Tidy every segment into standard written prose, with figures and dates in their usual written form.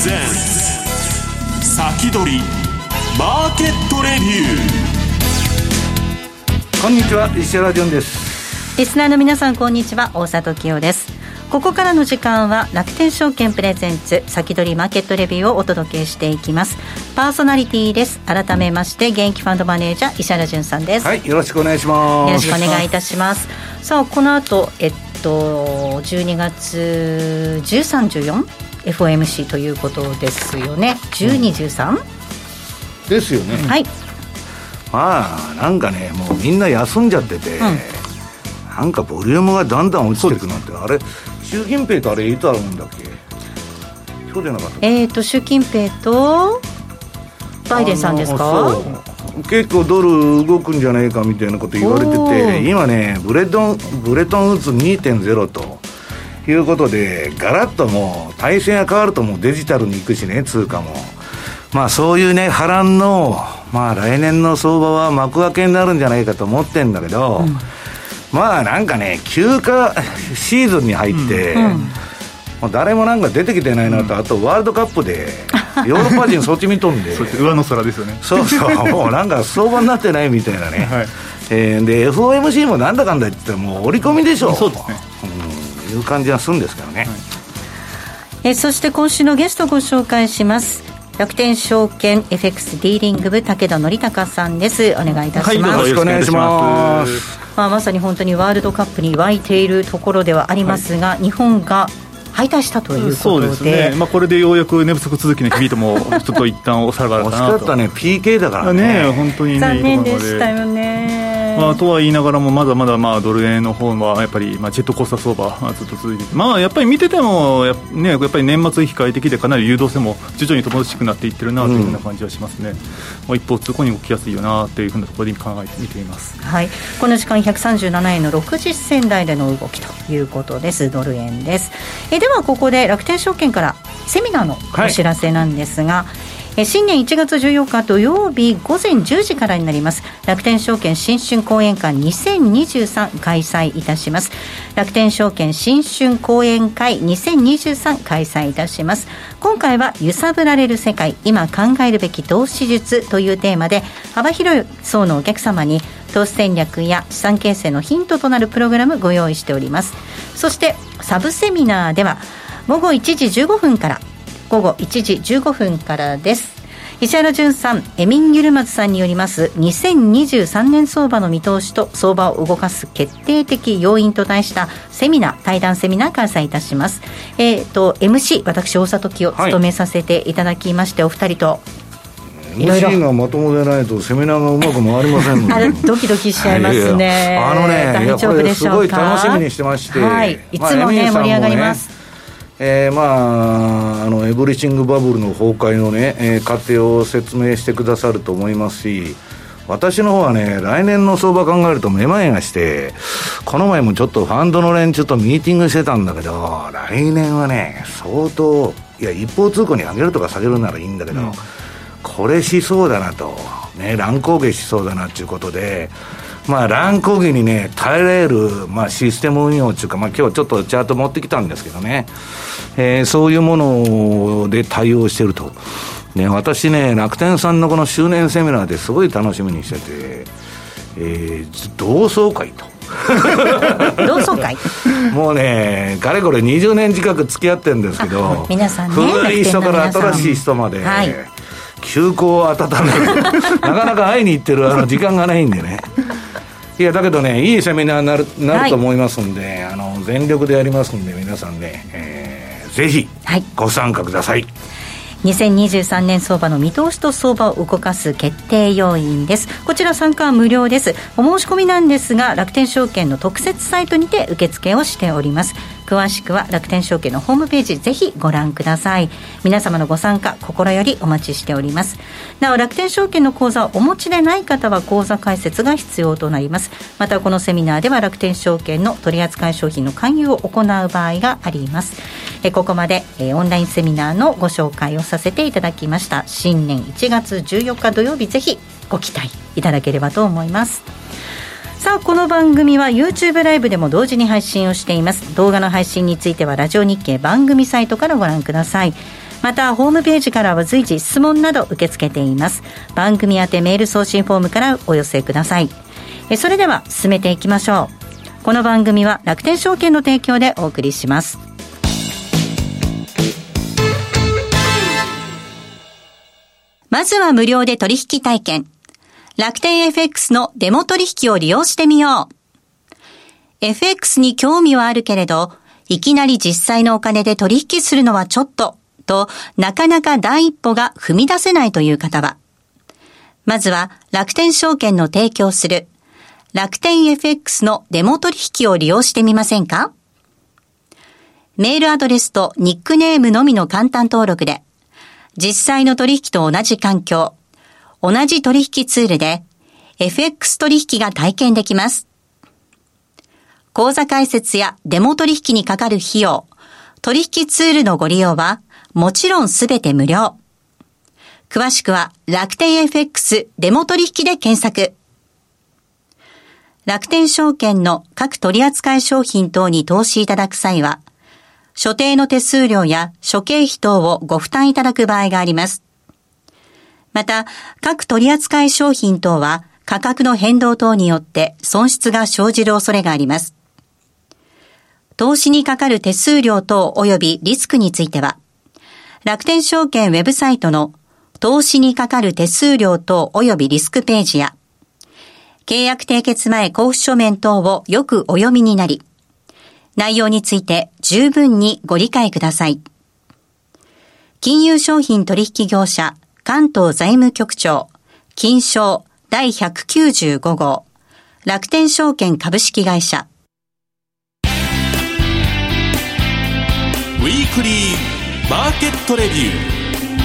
先取りマーケットレビュー。 こんにちは、石原潤です。 リスナーの皆さん、こんにちは。大里清です。ここからの時間は楽天証券プレゼンツ先取りマーケットレビューをお届けしていきます。パーソナリティです。改めまして現役ファンドマネージャー石原潤さんです。 はい、よろしくお願いします。 よろしくお願いいたします。さあ、この後12月13、14 FOMC ということですよね。12、13、 ですよね。 はい。 まあなんかね、もうみんな休んじゃってて、なんかボリュームがだんだん落ちていくなんて。あれ、習近平とあれいつあるんだっけ。今日じゃなかった。 習近平とバイデンさんですか。 結構ドル動くんじゃないかみたいなこと言われてて、今ねブレトンウッズ 2.0 ということで、ガラッともう体制が変わると、もうデジタルに行くしね、通貨も。まあそういうね波乱の、まあ来年の相場は幕開けになるんじゃないかと思ってんだけど、まあなんかね休暇シーズンに入って、もう誰もなんか出てきてないなと、あとワールドカップでヨーロッパ人そっち見とんでそうです、上の空ですよね。 そうそう、もうなんか相場になってないみたいなね、 はい。 で FOMC もなんだかんだ言ってもう織り込みでしょ。 そうですね、 いう感じがするんですけどね、 そして今週のゲストをご紹介します。楽天証券 FX ディーリング部武田則孝さんです。お願いいたします。 よろしくお願いします。 まさに本当にワールドカップに沸いているところではありますが、日本が敗退したということで、 そうですね、これでようやく寝不足続きの日々ともちょっと一旦お下がるかなと。 惜しかったね、 PK だからね。 本当に、 残念でしたよね。 とは言いながらもまだまだドル円の方はやっぱりジェットコースター相場がずっと続いていて、やっぱり見ててもやっぱり年末控え的でかなり流動性も徐々に乏しくなっていってるなというふうな感じはしますね。一方通行に動きやすいよなというふうなところで考えて見ています。 はい、この時間137円の60銭台での動きということです。ドル円です。ではここで楽天証券からセミナーのお知らせなんですが、新年1月14日土曜日午前10時からになります楽天証券新春講演会2023開催いたします。楽天証券新春講演会2023開催いたします。今回は揺さぶられる世界、今考えるべき投資術というテーマで、幅広い層のお客様に投資戦略や資産形成のヒントとなるプログラムご用意しております。そしてサブセミナーでは午後1時15分からです。石原潤さん、エミン・ユルマズさんによります2023年相場の見通しと相場を動かす決定的要因と題した対談セミナー開催いたします。MC 私大里清を務めさせていただきまして、お二人といろいろ MC がまともでないとセミナーがうまく回りませんのでドキドキしちゃいますね。大丈夫でしょうか。 すごい楽しみにしてまして、 いつもね、盛り上がります。 エブリシングバブルの崩壊のね、過程を説明してくださると思いますし、私の方はね来年の相場考えるとめまいがして、この前もちょっとファンドの連中とミーティングしてたんだけど、来年はね相当、いや一方通行に上げるとか下げるならいいんだけど、これしそうだなとね、乱高下しそうだなっていうことで、乱高下にね耐えられる、システム運用というか、今日ちょっとチャート持ってきたんですけどね、そういうもので対応してると、ね、私ね楽天さんのこの周年セミナーですごい楽しみにしてて、同窓会と同窓会もうねかれこれ20年近く付き合ってるんですけど、 皆さんね、 古い人から新しい人まで、休校を温めるなかなか会いに行ってる時間がないんでねいやだけどねいいセミナーになると思いますんで、全力でやりますんで、皆さんね、ぜひご参加ください。 2023年相場の見通しと相場を動かす決定要因です。こちら参加は無料です。お申し込みなんですが楽天証券の特設サイトにて受付をしております。詳しくは楽天証券のホームページぜひご覧ください。皆様のご参加心よりお待ちしております。なお楽天証券の口座をお持ちでない方は口座開設が必要となります。またこのセミナーでは楽天証券の取扱い商品の勧誘を行う場合があります。ここまでオンラインセミナーのご紹介をさせていただきました。新年1月14日土曜日ぜひご期待いただければと思います。さあこの番組は YouTube ライブでも同時に配信をしています。動画の配信についてはラジオ日経番組サイトからご覧ください。 またホームページからは随時質問など受け付けています。番組宛てメール送信フォームからお寄せください。それでは進めていきましょう。この番組は楽天証券の提供でお送りします。まずは無料で取引体験。楽天 FX のデモ取引を利用してみよう。FX に興味はあるけれど、いきなり実際のお金で取引するのはちょっと、となかなか第一歩が踏み出せないという方は、まずは楽天証券の提供する楽天 FX のデモ取引を利用してみませんか？メールアドレスとニックネームのみの簡単登録で、実際の取引と同じ環境、同じ取引ツールで FX 取引が体験できます。口座開設やデモ取引にかかる費用、取引ツールのご利用はもちろんすべて無料。詳しくは楽天 FX デモ取引で検索。楽天証券の各取扱い商品等に投資いただく際は、所定の手数料や諸経費等をご負担いただく場合があります。また、各取扱い商品等は価格の変動等によって損失が生じる恐れがあります。投資にかかる手数料等及びリスクについては、楽天証券ウェブサイトの投資にかかる手数料等及びリスクページや、契約締結前交付書面等をよくお読みになり、内容について十分にご理解ください。金融商品取引業者関東財務局長金商第195号楽天証券株式会社。 ウィークリーマーケットレビュー。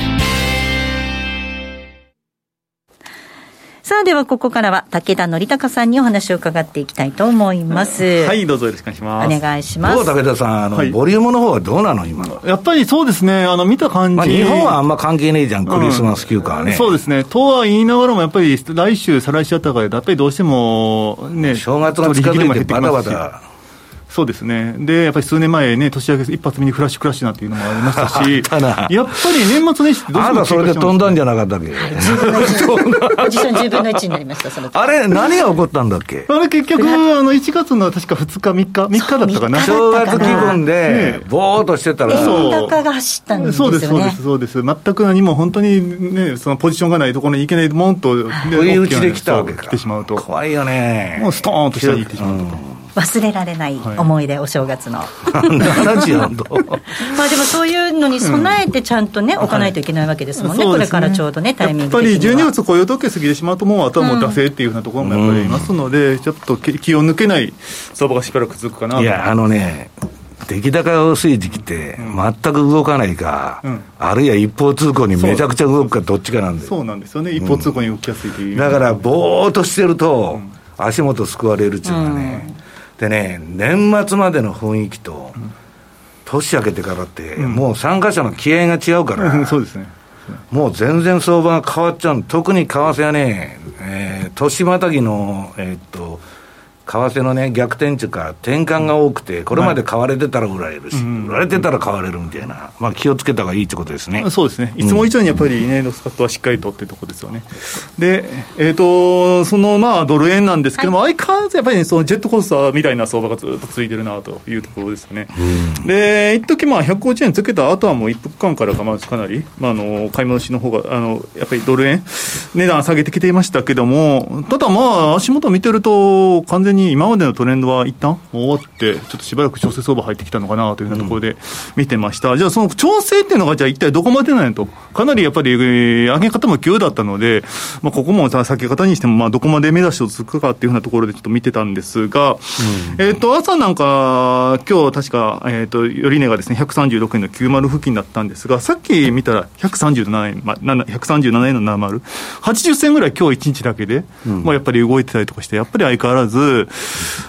さあではここからは武田則孝さんにお話を伺っていきたいと思います。 はい、どうぞよろしくお願いします。 お願いします。 どう武田さん、ボリュームの方はどうなの今の？ やっぱりそうですね、見た感じ、 日本はあんま関係ねえじゃん、クリスマス休暇はね。 そうですね、とは言いながらもやっぱり来週再来週あたりからやっぱりどうしてもね、 正月が近づいてバタバタ。 そうですね。で、やっぱり数年前ね、年明け一発目にフラッシュクラッシュなんていうのもありましたし、やっぱり年末年始ってどうしても、 あなたそれで飛んだんじゃなかったっけ？ ポジション10分の1になりました、その時。 あれ、何が起こったんだっけ？ あれ結局、1月の確か2日、3日だったかな。 正月気分で、ぼーっとしてたら。 円高が走ったんですよね。 そうです。全く何も本当にね、そのポジションがないところに行けないもんと、 不意打ちで来たわけか。 来てしまうと。 怖いよね。 もうストーンと下に行ってしまうと。 忘れられない思い出、お正月のまあでもそういうのに備えてちゃんとね、置かないといけないわけですもんね、これからちょうどね、タイミング的には。やっぱり12 月雇用統計過ぎてしまうと、もうあとはもう惰性っていうようなところもやっぱりありますので、ちょっと気を抜けない相場がしばらく続くかなと。 いや、出来高が薄い時期って全く動かないか、あるいは一方通行にめちゃくちゃ動くか、どっちかなんで。 そうなんですよね、一方通行に動きやすいという、 だからぼーっとしてると、足元すくわれるっていうかね、でね、年末までの雰囲気と、年明けてからって、もう参加者の気合が違うから、 そうですね、 もう全然相場が変わっちゃう。特に為替はね、年またぎの、為替のね、逆転というか、転換が多くて、これまで買われてたら売られるし、売られてたら買われるみたいな、まあ、気をつけた方がいいってことですね。 そうですね、いつも以上にやっぱりね、スカットはしっかりとっていうところですよね。で、そのまあドル円なんですけども、相変わらずやっぱり、ね、そのジェットコースターみたいな相場がずっと続いてるなというところですよね。で、一時150円つけた後はもう一服間からかなり、買い戻しの方がやっぱりドル円値段下げてきていましたけども、ただ足元見てると完全に今までのトレンドは一旦終わって、ちょっとしばらく調整相場入ってきたのかなというようなところで見てました。じゃあその調整っていうのがじゃあ一体どこまでなんやと、かなりやっぱり上げ方も急だったので、ここも下げ方にしてもどこまで目指しをつくかっていうようなところでちょっと見てたんですが、朝なんか今日確か寄値がですね136円の90付近だったんですが、さっき見たら137円、137円の70、80銭ぐらい今日1日だけで、やっぱり動いてたりとかして、やっぱり相変わらず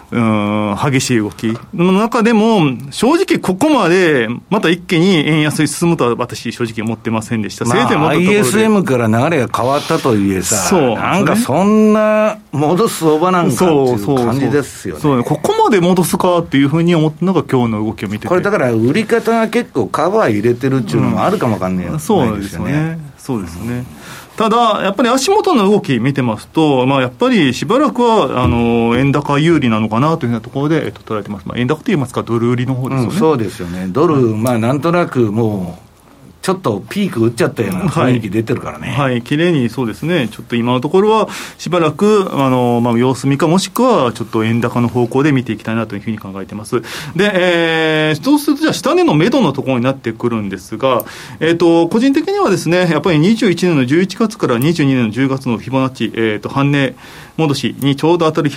激しい動きの中でも、正直ここまでまた一気に円安に進むとは私正直思ってませんでした。 ISM から流れが変わったといえさ、なんかそんな戻す相場なんかっていう感じですよね。 そうここまで戻すかっていうふうに思ったのが今日の動きを見てて、 これだから売り方が結構カバー入れてるっていうのもあるかもわかんないよね。 そうですよね。そうですね。ただ、やっぱり足元の動き見てますと、やっぱりしばらくは円高有利なのかなというようなところで、捉えてます。円高といいますか、ドル売りの方ですよね。 そうですよね。ドル、なんとなくもう、ちょっとピーク打っちゃったような雰囲気出てるからね。 はい、綺麗にそうですね。ちょっと今のところはしばらく様子見か、もしくはちょっと円高の方向で見ていきたいなというふうに考えています。で、そうするとじゃあ下値の目処のところになってくるんですが、個人的にはですね、やっぱり21年の11月から22年の10月のフィボナッチ、半値戻しにちょうど当たる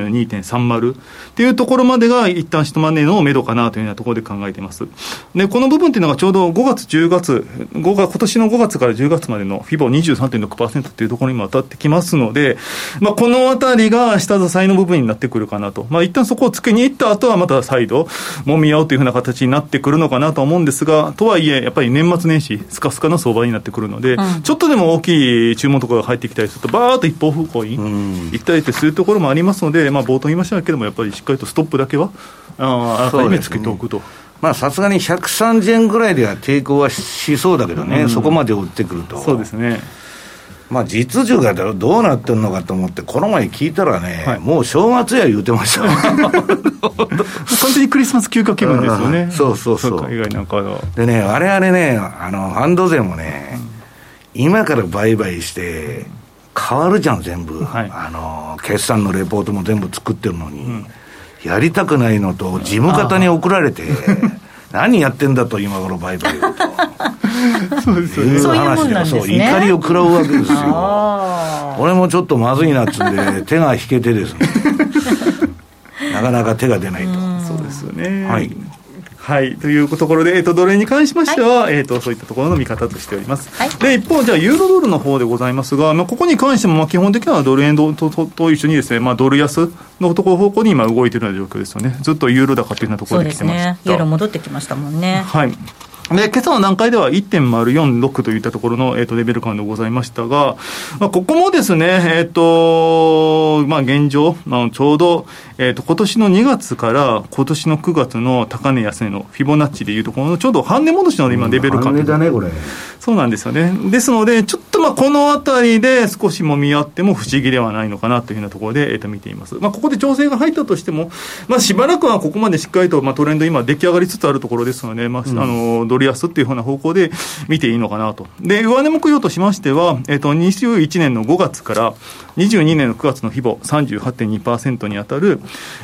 132.30 っていうところまでが一旦一マネの目処かなというようなところで考えています。で、この部分っていうのがちょうど5月10月今年の5月から10月までのフィボ 23.6% っていうところにも当たってきますので、このあたりが下支えの部分になってくるかなと。一旦そこをつけに行った後はまた再度揉み合うというふうな形になってくるのかなと思うんですが、とはいえやっぱり年末年始スカスカな相場になってくるので、ちょっとでも大きい注文とかが入ってきたりするとバーッと一方方向に行ったりってするところもありますので、冒頭言いましたけども、やっぱりしっかりとストップだけはあらかじめつけておくと。 さすがに130円ぐらいでは抵抗はしそうだけどね、そこまで売ってくると。 そうですね。 実需がどうなってるのかと思って、この前聞いたらね、もう正月や言うてました完全にクリスマス休暇気分ですよね。 そう海外なんかでね、我々ね、ファンド税もね、今から売買して変わるじゃん全部、決算のレポートも全部作ってるのに、やりたくないのと事務方に送られて何やってんだと今頃売買をとそうですよね。そういう話で、 怒りを食らうわけですよ。俺もちょっとまずいなっつんで手が引けてですねなかなか手が出ないと。 そうですよね。はい、というところで、ドル円に関しましては、そういったところの見方としております。で、一方、じゃあユーロドルの方でございますが、ここに関しても基本的にはドル円と一緒にですね、ドル安のところ方向に今動いているような状況ですよね。ずっとユーロ高というようなところで来てました。 そうですね。ユーロ戻ってきましたもんね。 はい。で、今朝の段階では 1.046 といったところの、レベル感でございましたが、ここもですね、現状、ちょうど、今年の2月から今年の9月の高値安値のフィボナッチでいうところのちょうど半値戻しの今レベル感。 半値だね、これ。 そうなんですよね。ですので、ちょっとこのあたりで少しもみ合っても不思議ではないのかなというようなところで、見ています。ここで調整が入ったとしても、しばらくはここまでしっかりと、トレンド今出来上がりつつあるところですので、ドル安っていうふうな方向で見ていいのかなと。で、上値目標としましては、21年の5月から22年の9月のフィボ 38.2% に当たる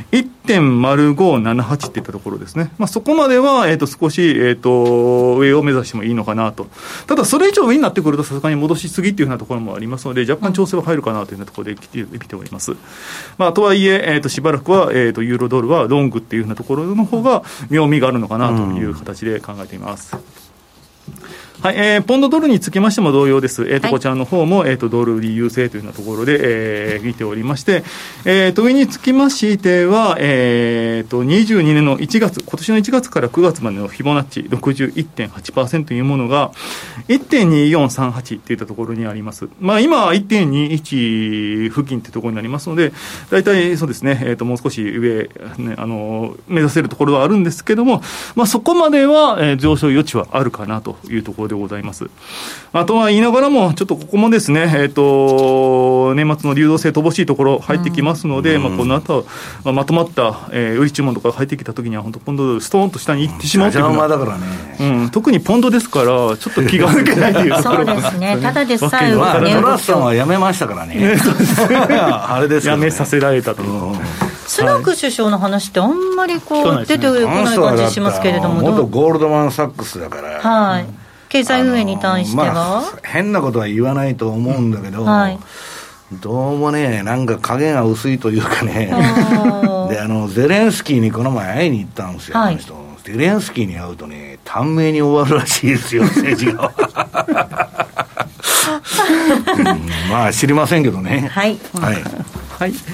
1.0578 っていったところですね。そこまでは、少し、上を目指してもいいのかなと。ただ、それ以上上になってくるとさすがに戻しすぎっていうようなところもありますので、若干調整は入るかなというようなところで見ております。とはいえ、しばらくは、ユーロドルはロングっていうようなところの方が妙味があるのかなという形で考えています。はい、ポンドドルにつきましても同様です。こちらの方も、ドル売り優勢というようなところで、見ておりまして、上につきましては、22年の1月、今年の1月から9月までのフィボナッチ 61.8% というものが 1.2438 といったところにあります。今は 1.21 付近というところになりますので、大体そうですね、もう少し上、ね、目指せるところはあるんですけども、そこまでは、上昇余地はあるかなというところでございます。あとは言いながらも、ちょっとここもですね、年末の流動性乏しいところ入ってきますので、この後は、まとまった、売り注文とか入ってきたときには、本当ポンドドルストーンと下に行ってしまうという邪魔だからね、 特にポンドですから、ちょっと気が抜けないというそうですね、ただでさえ、 トラスさんは辞めましたからね、あれですよね、 辞めさせられたという。 スナク首相の話ってあんまり出てこない感じしますけれども、 元ゴールドマン・サックスだから、 はい、経済運営に対しては、 変なことは言わないと思うんだけど、どうもね、なんか影が薄いというかねで、ゼレンスキーにこの前会いに行ったんですよ、ゼレンスキーに会うとね、短命に終わるらしいですよ、政治が知りませんけどね。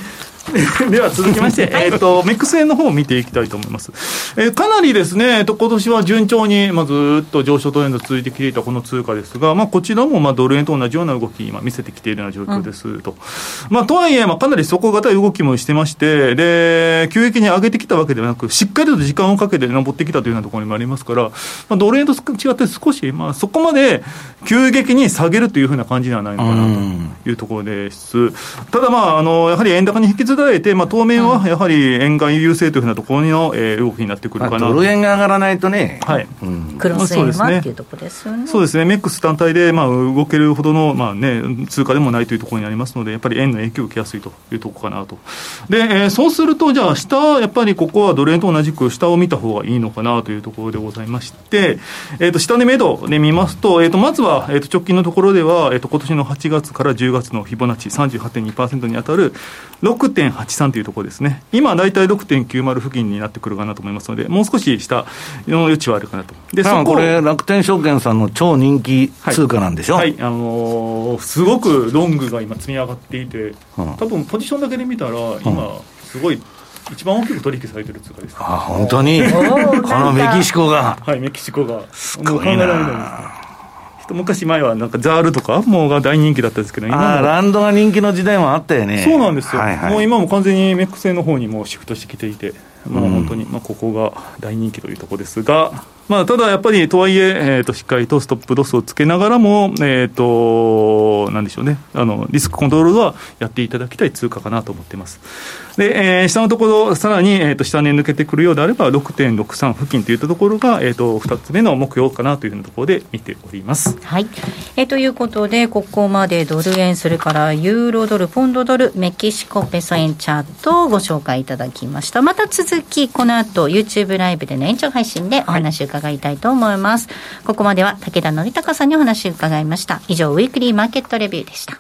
では続きまして、メックス円の方を見ていきたいと思います。かなりですね、今年は順調に、ずっと上昇トレンド続いてきていたこの通貨ですが、こちらもドル円と同じような動き今見せてきているような状況ですと。とはいえ、かなり底堅い動きもしてまして、で、急激に上げてきたわけではなく、しっかりと時間をかけて登ってきたというようなところにもありますから、ドル円と違って少し、そこまで急激に下げるというふうな感じではないのかなというところです。ただやはり円高に引きずられて、当面はやはり円買い優勢というふうなところの、動きになってくるかな。 ドル円が上がらないとね、 はい、クロス円はっていうところですよね。 そうですね、メックス単体で、動けるほどの、通貨でもないというところにありますので、やっぱり円の影響を受けやすいというところかなと。で、そうすると、じゃあ下、やっぱりここはドル円と同じく下を見た方がいいのかなというところでございまして、下値目処で見ますと、まずは、直近のところでは、今年の8月から10月のフィボナッチ 38.2% に当たる 6.83 というところですね。今だいたい 6.90 付近になってくるかなと思いますので、もう少し下の余地はあるかなと。で、 これ楽天証券さんの超人気通貨なんでしょ。 はい、すごくロングが今積み上がっていて、多分ポジションだけで見たら今すごい一番大きく取引されてる通貨です、ね。 本当にこのメキシコが、 はい、メキシコがすごいな。 昔前はなんかザールとかもうが大人気だったんですけど、今ランドが人気の時代もあったよね。 そうなんですよ、もう今も完全にメックス円の方にもシフトしてきていて、本当にここが大人気というところですが、ただやっぱりとはいえ、しっかりとストップロスをつけながらも、なんでしょうね、リスクコントロールはやっていただきたい通貨かなと思っています。で、下のところさらに、下に抜けてくるようであれば 6.63 付近といったところが、2つ目の目標かなというところで見ております。 はい、ということでここまでドル円、それからユーロドル、ポンドドル、メキシコペソ円チャートをご紹介いただきました。また続きこの後 YouTube ライブでの延長配信でお話を伺いたいと思います。ここまでは武田典孝さんにお話を伺いました。以上ウィークリーマーケットレビューでした。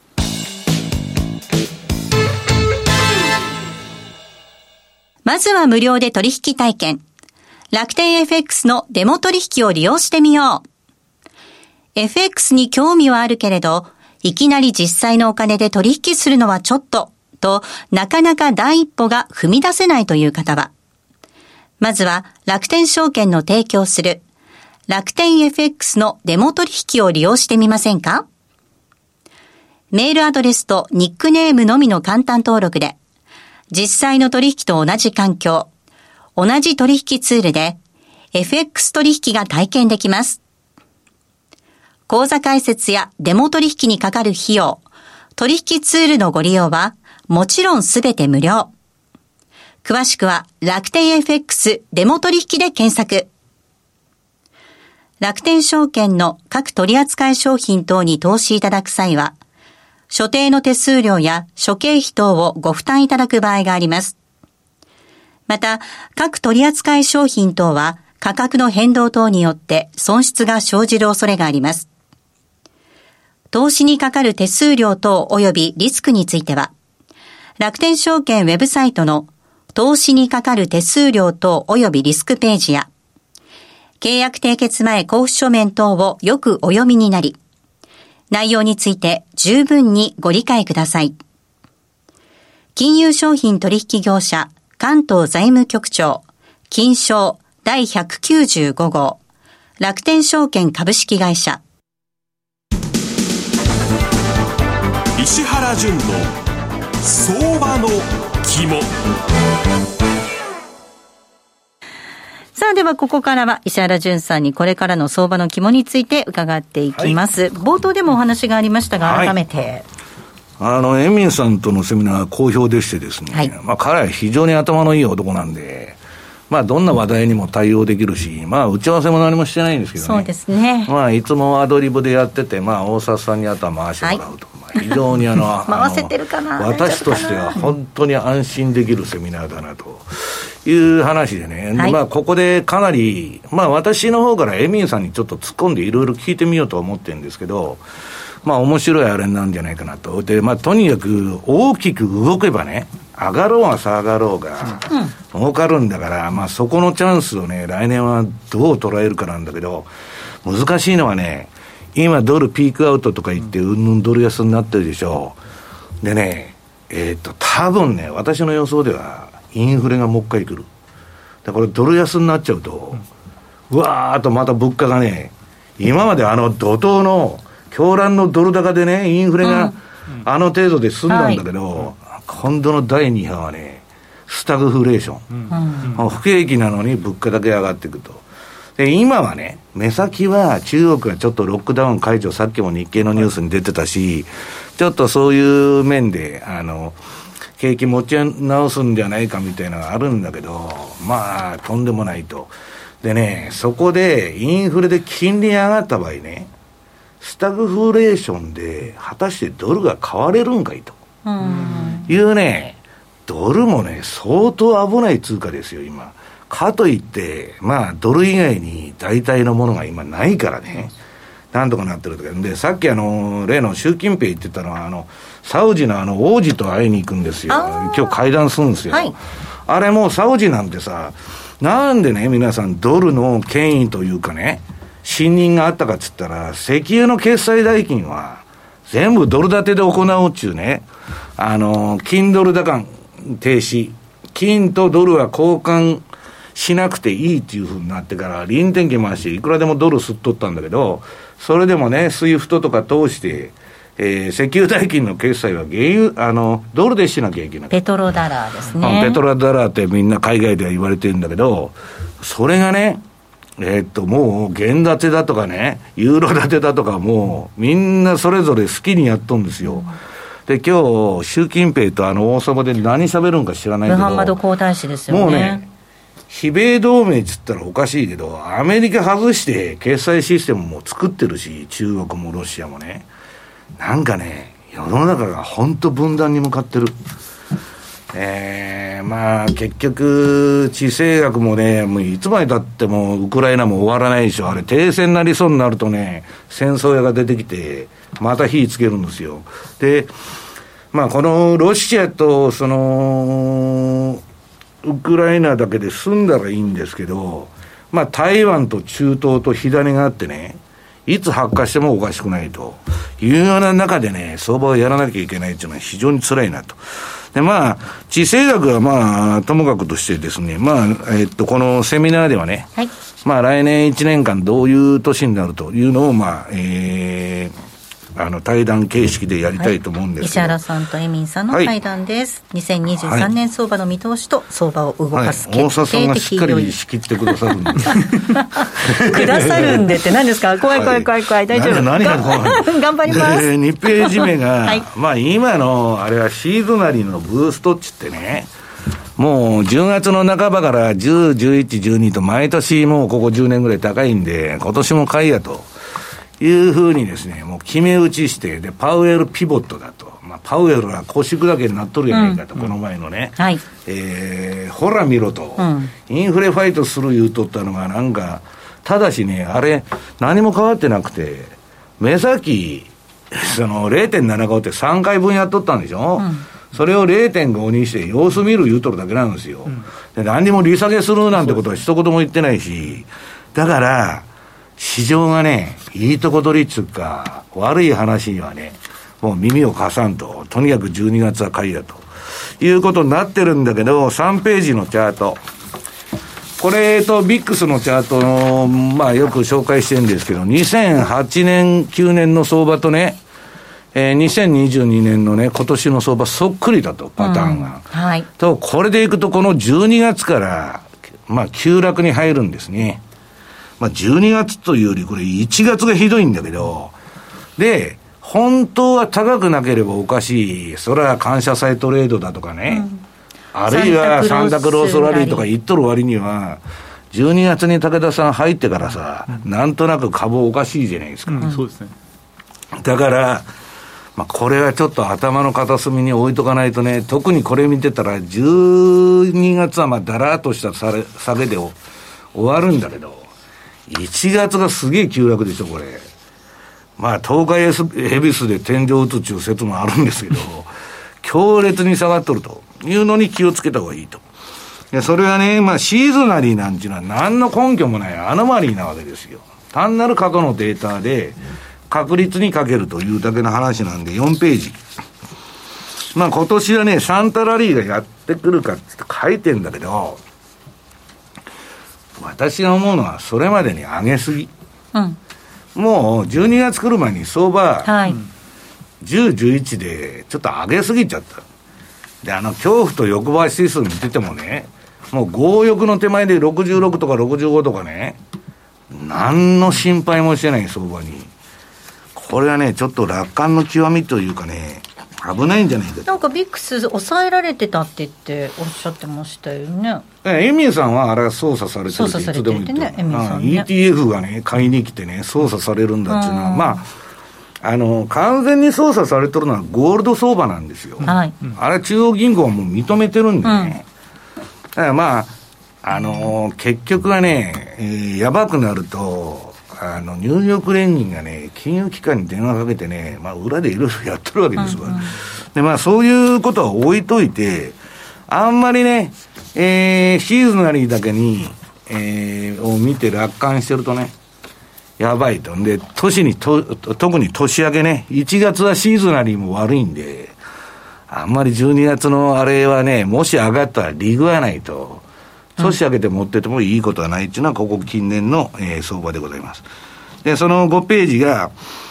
まずは無料で取引体験。楽天 FX のデモ取引を利用してみよう。FX に興味はあるけれど、いきなり実際のお金で取引するのはちょっと、となかなか第一歩が踏み出せないという方は、まずは楽天証券の提供する楽天 FX のデモ取引を利用してみませんか？メールアドレスとニックネームのみの簡単登録で、実際の取引と同じ環境、同じ取引ツールで FX 取引が体験できます。口座開設やデモ取引にかかる費用、取引ツールのご利用はもちろんすべて無料。詳しくは楽天 FX デモ取引で検索。楽天証券の各取扱商品等に投資いただく際は、所定の手数料や諸経費等をご負担いただく場合があります。また、各取扱商品等は価格の変動等によって損失が生じる恐れがあります。投資にかかる手数料等及びリスクについては、楽天証券ウェブサイトの投資にかかる手数料等及びリスクページや、契約締結前交付書面等をよくお読みになり、内容について十分にご理解ください。金融商品取引業者関東財務局長金商第195号楽天証券株式会社。 石原淳の相場の肝。 さあではここからは石原淳さんにこれからの相場の肝について伺っていきます、はい、冒頭でもお話がありましたが改めて、 はい、エミンさんとのセミナーは好評でしてですね、はい、彼は非常に頭のいい男なんで、どんな話題にも対応できるし、打ち合わせも何もしてないんですけどね。 そうですね。 いつもアドリブでやってて、大札さんにあとは回してもらうと、はい、非常に回せてるかな。 私としては本当に安心できるセミナーだなという話でね、はい、ここでかなり、私の方からエミンさんにちょっと突っ込んでいろいろ聞いてみようと思ってるんですけど、面白いあれなんじゃないかなと。で、とにかく大きく動けばね、上がろうが下がろうが、儲かるんだから、そこのチャンスをね、来年はどう捉えるかなんだけど、難しいのはね、今ドルピークアウトとか言って、ドル安になってるでしょ。でね、 多分ね、私の予想ではインフレがもう一回来る。だからドル安になっちゃうと、うわーっとまた物価がね、今まで怒涛の狂乱のドル高でね、インフレが程度で済んだんだけど、今度の第2波はね、スタグフレーション、不景気なのに物価だけ上がっていくと。で今はね、目先は中国がちょっとロックダウン解除、さっきも日経のニュースに出てたし、ちょっとそういう面で景気持ち直すんじゃないかみたいなのがあるんだけど、まあとんでもないと。でね、そこでインフレで金利上がった場合ね、スタグフレーションで果たしてドルが買われるんかいというね、ドルもね相当危ない通貨ですよ今。かといってまあドル以外に代替のものが今ないからね、なんとかなってるとかで、さっき例の習近平言ってたのはサウジの王子と会いに行くんですよ。今日会談するんですよ、あれもうサウジなんてさ、なんでね皆さんドルの権威というかね信任があったかっつったら、石油の決済代金は全部ドル建てで行うっちゅうね、金ドル高停止、金とドルは交換しなくていいっていう風になってから輪転機回していくらでもドル吸っとったんだけど、それでもねスイフトとか通して、石油代金の決済は原油ドルでしなきゃいけない。 ペトロダラーですね。 ペトロダラーってみんな海外では言われてるんだけど、それがねもう元建てだとかねユーロ建てだとかもうみんなそれぞれ好きにやっとんですよ。で今日習近平と王様で何喋るんか知らないけど、 ムハンマド皇太子ですよね。 もうね非米同盟っつったらおかしいけど、アメリカ外して決済システムも作ってるし、中国もロシアもね、なんかね世の中が本当分断に向かってる。まあ結局地政学もね、もういつまでたってもウクライナも終わらないでしょ。あれ停戦になりそうになるとね、戦争屋が出てきてまた火つけるんですよ。でまあこのロシアとウクライナだけで済んだらいいんですけど、まあ台湾と中東と火種があってね、いつ発火してもおかしくないというような中でね、相場をやらなきゃいけないっていうのは非常に辛いなと。でまあ地政学はまあともかくとしてですね、まあこのセミナーではね、まあ来年1年間どういう年になるというのをまあ対談形式でやりたいと思うんですけど、 石原さんとエミンさんの対談です、2023年相場の見通しと相場を動かす決定的要因、 大沢さんがしっかり仕切ってくださるんでくださるんでって何ですか。怖い、大丈夫、 何が怖い頑張ります。 2ページ目が、まあ今のあれはシーズナリーのブーストっちってね、もう10月の半ばから10、11、12と毎年もうここ10年ぐらい高いんで、今年も買いやというふうにですね、もう決め打ちして、でパウエルピボットだと、まあ、パウエルが腰砕けになっとるやないかと、この前のね、ほら見ろと、インフレファイトする言うとったのがなんか、ただしね、あれ何も変わってなくて、目先0.75 って3回分やっとったんでしょ、それを 0.5 にして様子見る言うとるだけなんですよ。で何にも利下げするなんてことは一言も言ってないし、だから市場がね、いいとこ取りっつうか、悪い話にはね、もう耳を貸さんと、とにかく12月は買いだということになってるんだけど、3ページのチャート、これとビックスのチャートの、まあよく紹介してるんですけど、2008年、9年の相場とね、2022年のね、今年の相場そっくりだと、パターンが。と、これでいくと、この12月から、まあ急落に入るんですね。まあ、12月というよりこれ1月がひどいんだけど、で本当は高くなければおかしい、それは感謝祭トレードだとかね、あるいはサンタクロースラリーとか言っとる割には12月に武田さん入ってからさ、なんとなく株おかしいじゃないですか、 そうですね。 だから、まあ、これはちょっと頭の片隅に置いとかないとね、特にこれ見てたら12月はまあだらーっとした下げで終わるんだけど、1月がすげえ急落でしょこれ。まあ東海ヘビスで天井打つっていう説もあるんですけど強烈に下がっとるというのに気をつけた方がいいと。でそれはね、まあシーズナリーなんていうのは何の根拠もないアノマリーなわけですよ。単なる過去のデータで確率にかけるというだけの話なんで、4ページまあ今年はねサンタラリーがやってくるかって書いてんだけど、私が思うのはそれまでに上げすぎ、もう12月来る前に相場、10、11でちょっと上げすぎちゃった。で恐怖と欲張り指数見ててもね、もう強欲の手前で66とか65とかね、何の心配もしてない相場に、これはねちょっと楽観の極みというかね、危ないんじゃないかと。 なんかビックス抑えられてたって言っておっしゃってましたよね。 エミンさんはあれは操作されてるっていつでも言ってね、ETF がね買いに来てね操作されるんだっていうのは、まあ完全に操作されてるのはゴールド相場なんですよ、あれ中央銀行はもう認めてるんでね、だからまあ結局はね、やばくなるとニューヨーク連銀がね金融機関に電話かけてね、まあ裏でいろいろやってるわけですわ、でまあそういうことは置いといて、あんまりね、シーズナリーだけに、を見て楽観してるとねやばいと。で特に年明けね、1月はシーズナリーも悪いんで、あんまり12月のあれはね、もし上がったら利食わないと年明けて持っててもいいことはないっていうのはここ近年の、相場でございます。でその5ページが、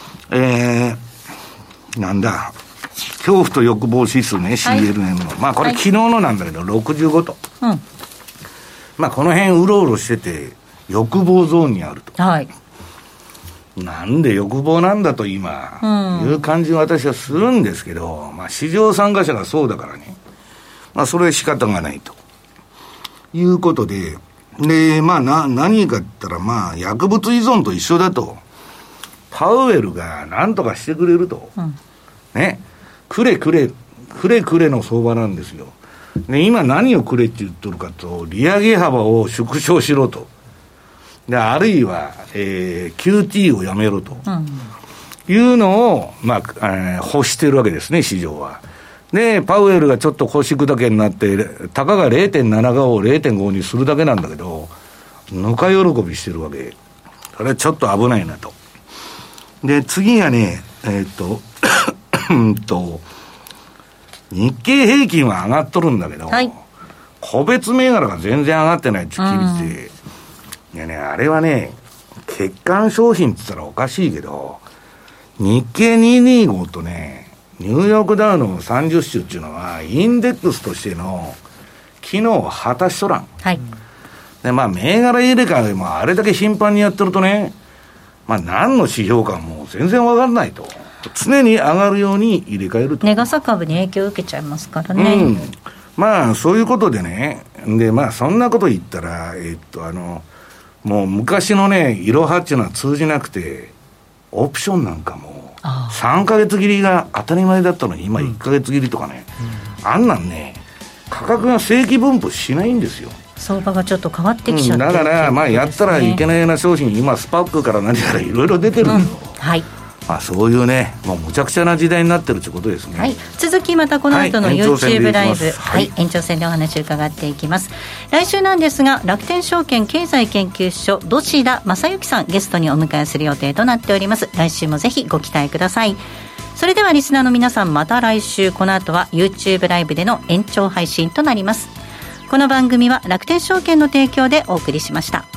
なんだ恐怖と欲望指数ね、CLM の、まあこれ昨日のなんだけど65と、まあこの辺うろうろしてて欲望ゾーンにあると、なんで欲望なんだと今、いう感じは私はするんですけど、まあ市場参加者がそうだからね、まあそれは仕方がないということで、でまあ何かって言ったら、まあ薬物依存と一緒だと、パウエルが何とかしてくれると、ね、くれの相場なんですよ。で今何をくれって言っとるかと、利上げ幅を縮小しろと、であるいは、QT をやめろと、いうのを、まあ欲してるわけですね市場は。でパウエルがちょっと腰砕けになってたかが 0.75 を 0.5 にするだけなんだけど、ぬか喜びしてるわけ。それはちょっと危ないなと。で次がね日経平均は上がっとるんだけど、個別銘柄が全然上がってないって聞いて、いやね、あれはね欠陥商品って言ったらおかしいけど、日経225とねニューヨークダウの30種っていうのはインデックスとしての機能を果たしとらん、でまあ銘柄入れ替えもあれだけ頻繁にやってるとね、まあ何の指標かも全然分かんないと、常に上がるように入れ替えると、 値傘株に影響を受けちゃいますからね、 まあそういうことでね、でまあそんなこと言ったらもう昔のねイロハっていうのは通じなくて、オプションなんかも3ヶ月切りが当たり前だったのに今1ヶ月切りとかね、あんなんね価格が正規分布しないんですよ。 相場がちょっと変わってきちゃってる、 だからまあやったらいけないような商品、今スパックから何からいろいろ出てるよ、まあ、そういうねもうむちゃくちゃな時代になってるということですね、 続きまたこの後の YouTube ライブ、延長戦でお話を伺っていきます。来週なんですが、楽天証券経済研究所土田正幸さんゲストにお迎えする予定となっております。来週もぜひご期待ください。それではリスナーの皆さん、また来週。この後は YouTube ライブでの延長配信となります。この番組は楽天証券の提供でお送りしました。